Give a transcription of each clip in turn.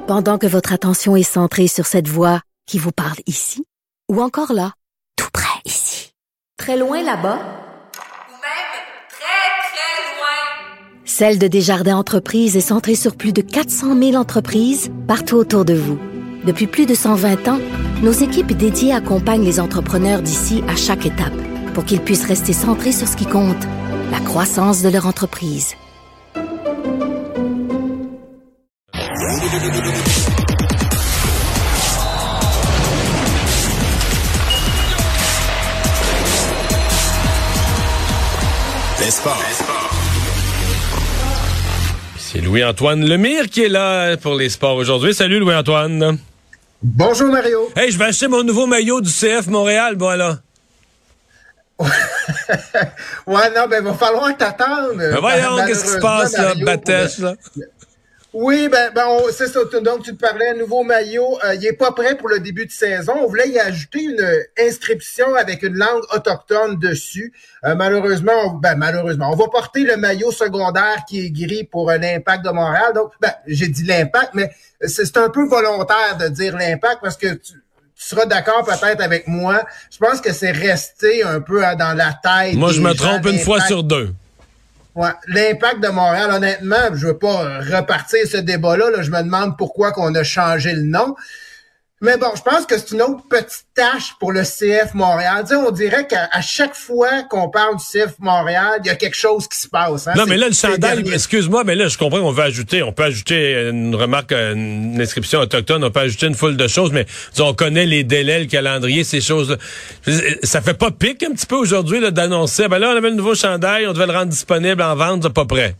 Pendant que votre attention est centrée sur cette voix qui vous parle ici, ou encore là, tout près ici, très loin là-bas, ou même très, très loin. Celle de Desjardins Entreprises est centrée sur plus de 400 000 entreprises partout autour de vous. Depuis plus de 120 ans, nos équipes dédiées accompagnent les entrepreneurs d'ici à chaque étape pour qu'ils puissent rester centrés sur ce qui compte, la croissance de leur entreprise. Les sports. C'est Louis-Antoine Lemire qui est là pour les sports aujourd'hui. Salut Louis-Antoine. Bonjour Mario. Hey, je vais acheter mon nouveau maillot du CF Montréal, bon là. Ouais, non, ben, va falloir t'attendre. Ben voyons, qu'est-ce qui se passe, là, Batèche, là? Oui, c'est ça. Donc, tu te parlais, nouveau maillot. Il est pas prêt pour le début de saison. On voulait y ajouter une inscription avec une langue autochtone dessus. Malheureusement, on va porter le maillot secondaire qui est gris pour l'Impact de Montréal. Donc, j'ai dit l'Impact, mais c'est un peu volontaire de dire l'Impact parce que tu seras d'accord peut-être avec moi. Je pense que c'est resté un peu dans la tête. Moi, je me trompe une fois sur deux. Ouais, l'Impact de Montréal, honnêtement, je veux pas repartir ce débat-là. Là, je me demande pourquoi qu'on a changé le nom. Mais bon, je pense que c'est une autre petite tâche pour le CF Montréal. Tu sais, on dirait qu'à chaque fois qu'on parle du CF Montréal, il y a quelque chose qui se passe. Hein? Non, mais là, le chandail, excuse-moi, mais là, je comprends qu'on on peut ajouter une remarque, une inscription autochtone, on peut ajouter une foule de choses, mais on connaît les délais, le calendrier, ces choses-là. Ça fait pas pique un petit peu aujourd'hui là, d'annoncer, là, on avait le nouveau chandail, on devait le rendre disponible en vente, c'est pas prêt.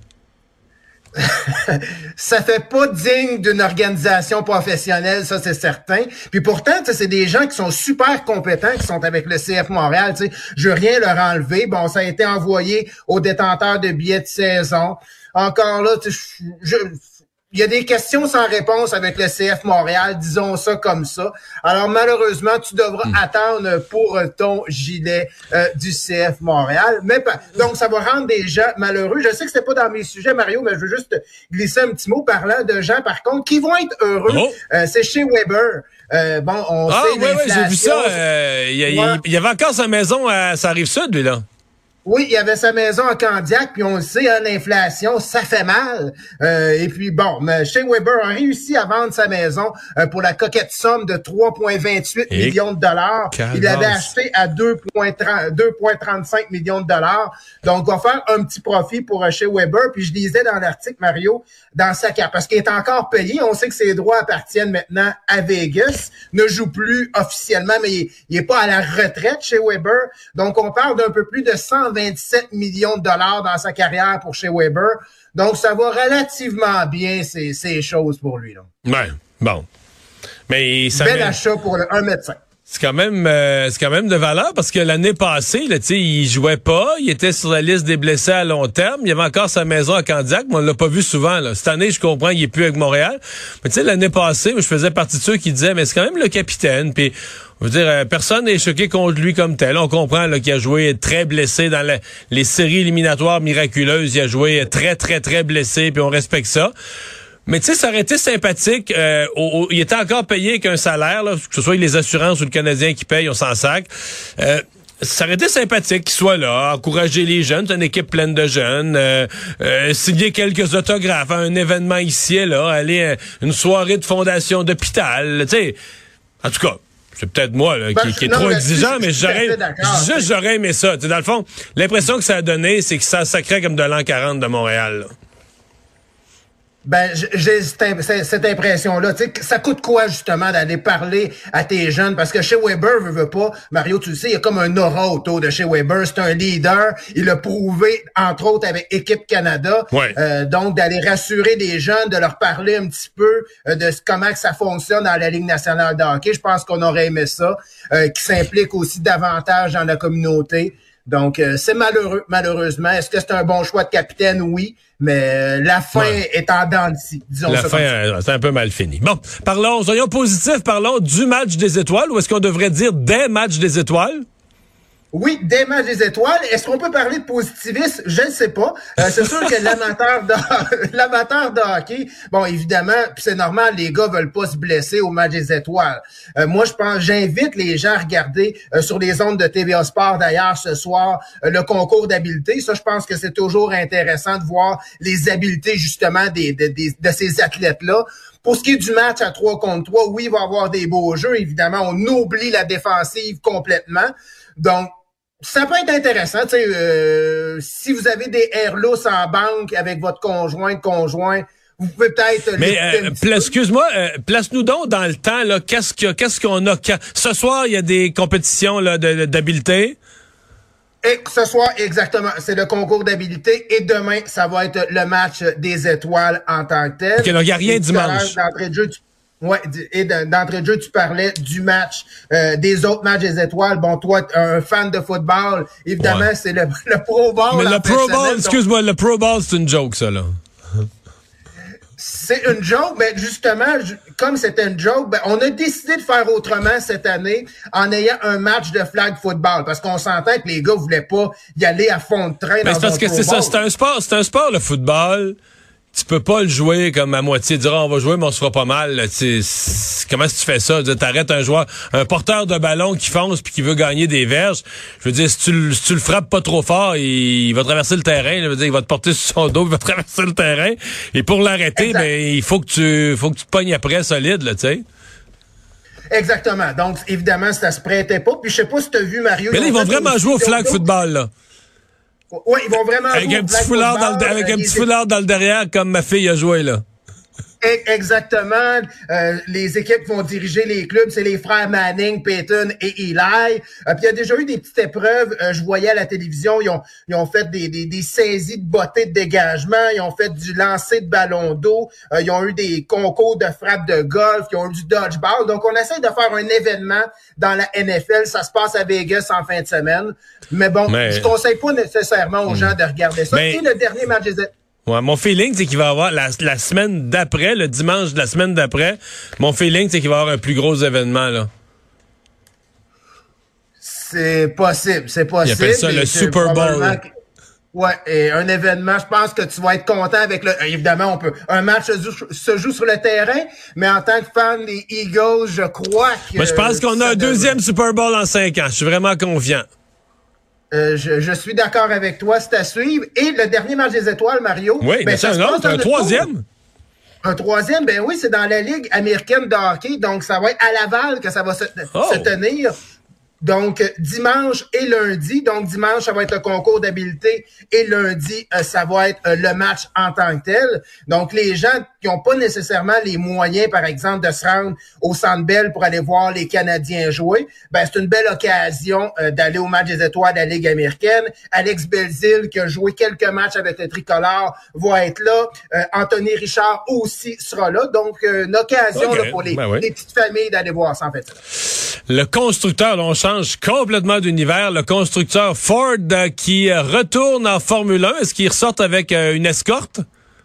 Ça fait pas digne d'une organisation professionnelle, ça c'est certain. Puis pourtant, c'est des gens qui sont super compétents, qui sont avec le CF Montréal. Je veux rien leur enlever. Bon, ça a été envoyé aux détenteurs de billets de saison. Encore là, il y a des questions sans réponse avec le CF Montréal, disons ça comme ça. Alors malheureusement, tu devras attendre pour ton gilet du CF Montréal. Mais donc ça va rendre des gens malheureux. Je sais que c'était pas dans mes sujets, Mario, mais je veux juste glisser un petit mot parlant de gens, par contre, qui vont être heureux. Oh. C'est chez Weber. On sait ouais, l'inflation. j'ai vu ça. Il y avait encore sa maison à sa Rive-Sud, lui, là. Oui, il y avait sa maison à Candiac, puis on le sait, l'inflation, ça fait mal. Et puis bon, mais chez Weber a réussi à vendre sa maison pour la coquette somme de 3,28 millions de dollars. Il l'avait acheté à 2,35 millions de dollars. Donc, on va faire un petit profit pour chez Weber. Puis je disais dans l'article, Mario, dans sa carte, parce qu'il est encore payé. On sait que ses droits appartiennent maintenant à Vegas. Ne joue plus officiellement, mais il est pas à la retraite chez Weber. Donc, on parle d'un peu plus de 127 millions de dollars dans sa carrière pour chez Weber. Donc, ça va relativement bien, ces choses pour lui, là. Ouais, bon. Mais ça bel achat pour un médecin. C'est quand même de valeur parce que l'année passée, là, il jouait pas, il était sur la liste des blessés à long terme, il y avait encore sa maison à Candiac, mais on l'a pas vu souvent, là. Cette année, je comprends, il est plus avec Montréal. Mais tu sais, l'année passée, je faisais partie de ceux qui disaient, mais c'est quand même le capitaine, puis je veux dire, personne n'est choqué contre lui comme tel. On comprend là, qu'il a joué très blessé dans les séries éliminatoires miraculeuses, il a joué très, très, très blessé, puis on respecte ça. Mais tu sais, ça aurait été sympathique. Il était encore payé avec un salaire, là, que ce soit les assurances ou le Canadien qui paye, on s'en sac. Ça aurait été sympathique qu'il soit là, encourager les jeunes, c'est une équipe pleine de jeunes, signer quelques autographes à un événement ici et là, aller à une soirée de fondation d'hôpital. Tu sais, en tout cas. C'est peut-être moi là, qui est trop exigeant, mais j'aurais aimé ça. T'sais, dans le fond, l'impression que ça a donné, c'est que ça sacrait comme de l'an 40 de Montréal. Là. J'ai cette impression-là. Tu sais, ça coûte quoi, justement, d'aller parler à tes jeunes? Parce que chez Weber, veut pas, Mario, tu le sais, il y a comme un aura autour de chez Weber. C'est un leader. Il l'a prouvé, entre autres, avec Équipe Canada. Ouais. Donc, d'aller rassurer les jeunes, de leur parler un petit peu de comment que ça fonctionne dans la Ligue nationale de hockey. Je pense qu'on aurait aimé ça. Qui s'implique aussi davantage dans la communauté. Donc, c'est malheureusement. Est-ce que c'est un bon choix de capitaine? Oui. Mais la fin est en dents de scie, disons ça. La fin, c'est un peu mal fini. Bon, soyons positifs, parlons du match des étoiles, ou est-ce qu'on devrait dire des matchs des étoiles? Oui, des matchs des étoiles. Est-ce qu'on peut parler de positivisme? Je ne sais pas. C'est sûr que l'amateur de hockey, bon, évidemment, puis c'est normal, les gars veulent pas se blesser au match des étoiles. Moi, j'invite les gens à regarder sur les ondes de TVA Sport, d'ailleurs, ce soir, le concours d'habileté. Ça, je pense que c'est toujours intéressant de voir les habiletés, justement, de ces athlètes-là. Pour ce qui est du match à 3 contre 3, oui, il va y avoir des beaux jeux. Évidemment, on oublie la défensive complètement. Donc, ça peut être intéressant, tu sais, si vous avez des airless en banque avec votre conjoint, vous pouvez peut-être... Mais excuse-moi, place-nous donc dans le temps, là, qu'est-ce qu'on a? Ce soir, il y a des compétitions là, d'habileté. Et ce soir, exactement, c'est le concours d'habileté. Et demain, ça va être le match des étoiles en tant que tel. OK, donc il n'y a rien dimanche. D'entrée de jeu, tu parlais du match, des autres matchs des étoiles. Bon, toi, un fan de football, évidemment, c'est le Pro Bowl. Mais le Pro Bowl, excuse-moi, le Pro Bowl, c'est une joke, ça, là. C'est une joke, mais justement, comme c'était une joke, ben, on a décidé de faire autrement cette année en ayant un match de flag football, parce qu'on s'entend que les gars voulaient pas y aller à fond de train. Mais c'est parce que c'est ça, c'est un sport, le football. Tu peux pas le jouer comme à moitié, dire on va jouer mais on se fera pas mal. Comment est-ce que tu fais ça? T'arrêtes un joueur, un porteur de ballon qui fonce puis qui veut gagner des verges. Je veux dire, si tu le frappes pas trop fort, il va traverser le terrain. Je veux dire, il va te porter sur son dos, il va traverser le terrain. Et pour l'arrêter, ben il faut que tu te pognes après solide, là, tu sais. Exactement. Donc, évidemment, ça se prêtait pas. Puis je sais pas si tu as vu, Mario. Mais là, ils vont vraiment jouer au flag football, là. Oui, ils vont vraiment avec jouer un petit foulard avec un petit foulard dans le derrière comme ma fille a joué là. Exactement. Les équipes vont diriger les clubs. C'est les frères Manning, Peyton et Eli. Puis il y a déjà eu des petites épreuves. Je voyais à la télévision, ils ont fait des saisies de bottées de dégagement. Ils ont fait du lancer de ballon d'eau. Ils ont eu des concours de frappe de golf. Ils ont eu du dodgeball. Donc, on essaie de faire un événement dans la NFL. Ça se passe à Vegas en fin de semaine. Mais bon, je conseille pas nécessairement aux gens de regarder ça. Et le dernier match des... Ouais, mon feeling, c'est qu'il va y avoir la semaine d'après, le dimanche de la semaine d'après, mon feeling, c'est qu'il va y avoir un plus gros événement, là. C'est possible. Ils appellent ça le Super Bowl. Ouais, et un événement, je pense que tu vas être content avec évidemment, un match se joue sur le terrain, mais en tant que fan des Eagles, je crois que... Moi, je pense qu'on a un deuxième Super Bowl en 5 ans. Je suis vraiment confiant. Je suis d'accord avec toi, c'est à suivre. Et le dernier match des étoiles, Mario... Oui, mais c'est un troisième. Un troisième, ben oui, c'est dans la Ligue américaine de hockey, donc ça va être à Laval que ça va se tenir. Donc, dimanche et lundi. Donc, dimanche, ça va être le concours d'habileté et lundi, ça va être le match en tant que tel. Donc, les gens qui n'ont pas nécessairement les moyens, par exemple, de se rendre au Centre Bell pour aller voir les Canadiens jouer, ben c'est une belle occasion d'aller au match des étoiles de la Ligue américaine. Alex Belzile, qui a joué quelques matchs avec le Tricolore, va être là. Anthony Richard aussi sera là. Donc, une occasion là, pour les petites familles d'aller voir ça, en fait. Le constructeur, on change complètement d'univers. Le constructeur Ford qui retourne en Formule 1. Est-ce qu'ils ressortent avec une escorte?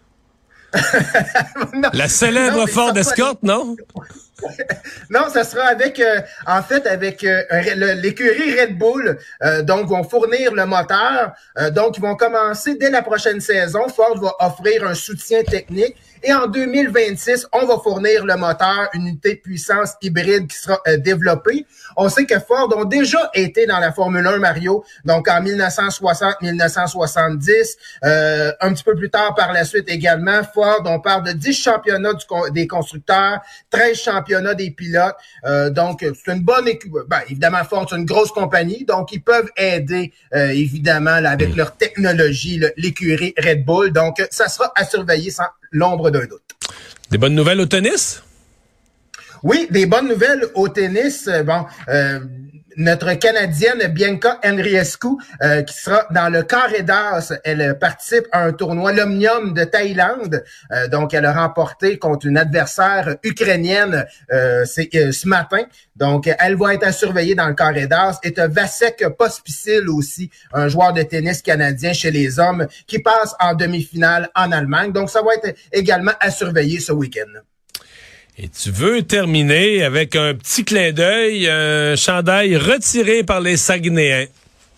Non, la célèbre Ford Escort, non? Non, ça sera avec, avec l'écurie Red Bull. Donc, vont fournir le moteur. Donc, ils vont commencer dès la prochaine saison. Ford va offrir un soutien technique. Et en 2026, on va fournir le moteur, une unité de puissance hybride qui sera développée. On sait que Ford ont déjà été dans la Formule 1, Mario, donc en 1960-1970. Un petit peu plus tard, par la suite également, Ford, on parle de 10 championnats des constructeurs, 13 championnats des pilotes. Donc, c'est une bonne équipe. Ben, évidemment, Ford, c'est une grosse compagnie, donc ils peuvent aider, évidemment, là, avec leur technologie, l'écurie Red Bull. Donc, ça sera à surveiller sans l'ombre d'un doute. Des bonnes nouvelles au tennis? Oui, des bonnes nouvelles au tennis. Notre Canadienne Bianca Andreescu, qui sera dans le carré d'as, elle participe à un tournoi l'Omnium de Thaïlande. Donc, elle a remporté contre une adversaire ukrainienne ce matin. Donc, elle va être à surveiller dans le carré d'as. Et t'as Vasek Pospisil aussi, un joueur de tennis canadien chez les hommes, qui passe en demi-finale en Allemagne. Donc, ça va être également à surveiller ce week-end. Et tu veux terminer avec un petit clin d'œil, un chandail retiré par les Saguenayens.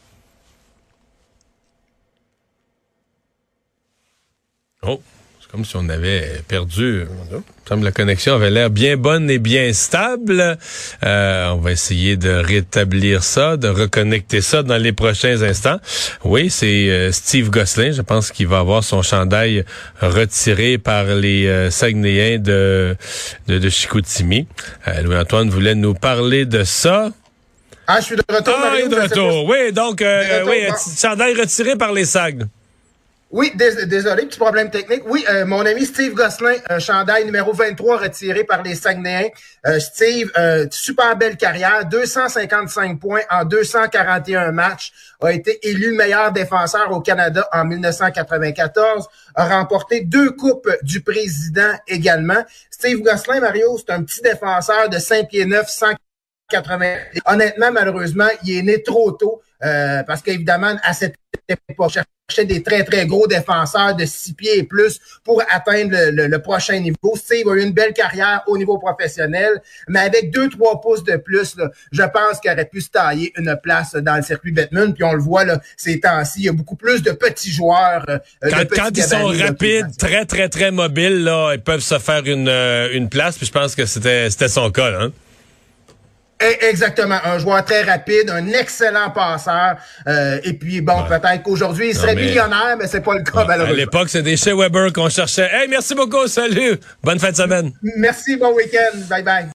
Oh, c'est comme si on avait perdu. Il me semble que la connexion avait l'air bien bonne et bien stable. On va essayer de rétablir ça, de reconnecter ça dans les prochains instants. Oui, c'est Steve Gosselin. Je pense qu'il va avoir son chandail retiré par les Saguenayens de Chicoutimi. Louis-Antoine voulait nous parler de ça. Ah, je suis de retour, Mario. De retour. Oui, donc, oui, chandail retiré par les Sagues. Oui, désolé, petit problème technique. Oui, mon ami Steve Gosselin, chandail numéro 23 retiré par les Saguenayens. Steve, super belle carrière, 255 points en 241 matchs, a été élu meilleur défenseur au Canada en 1994, a remporté 2 coupes du président également. Steve Gosselin, Mario, c'est un petit défenseur de 5 pieds 9, 180. Honnêtement, malheureusement, il est né trop tôt. Parce qu'évidemment, à cette époque, cherchait des très, très gros défenseurs de 6 pieds et plus pour atteindre le prochain niveau. Steve a eu une belle carrière au niveau professionnel, mais avec 2-3 pouces de plus, là, je pense qu'il aurait pu se tailler une place dans le circuit Bettman. Puis on le voit là, ces temps-ci, il y a beaucoup plus de petits joueurs. Quand ils sont rapides, très, très, très mobiles, là, ils peuvent se faire une place. Puis je pense que c'était son cas, là, hein? Exactement, un joueur très rapide, un excellent passeur. Et puis, bon, peut-être qu'aujourd'hui, il serait millionnaire, mais c'est pas le cas, malheureusement. À l'époque, c'est des Shea Weber qu'on cherchait. Hey, merci beaucoup, salut! Bonne fin de semaine. Merci, bon week-end. Bye-bye.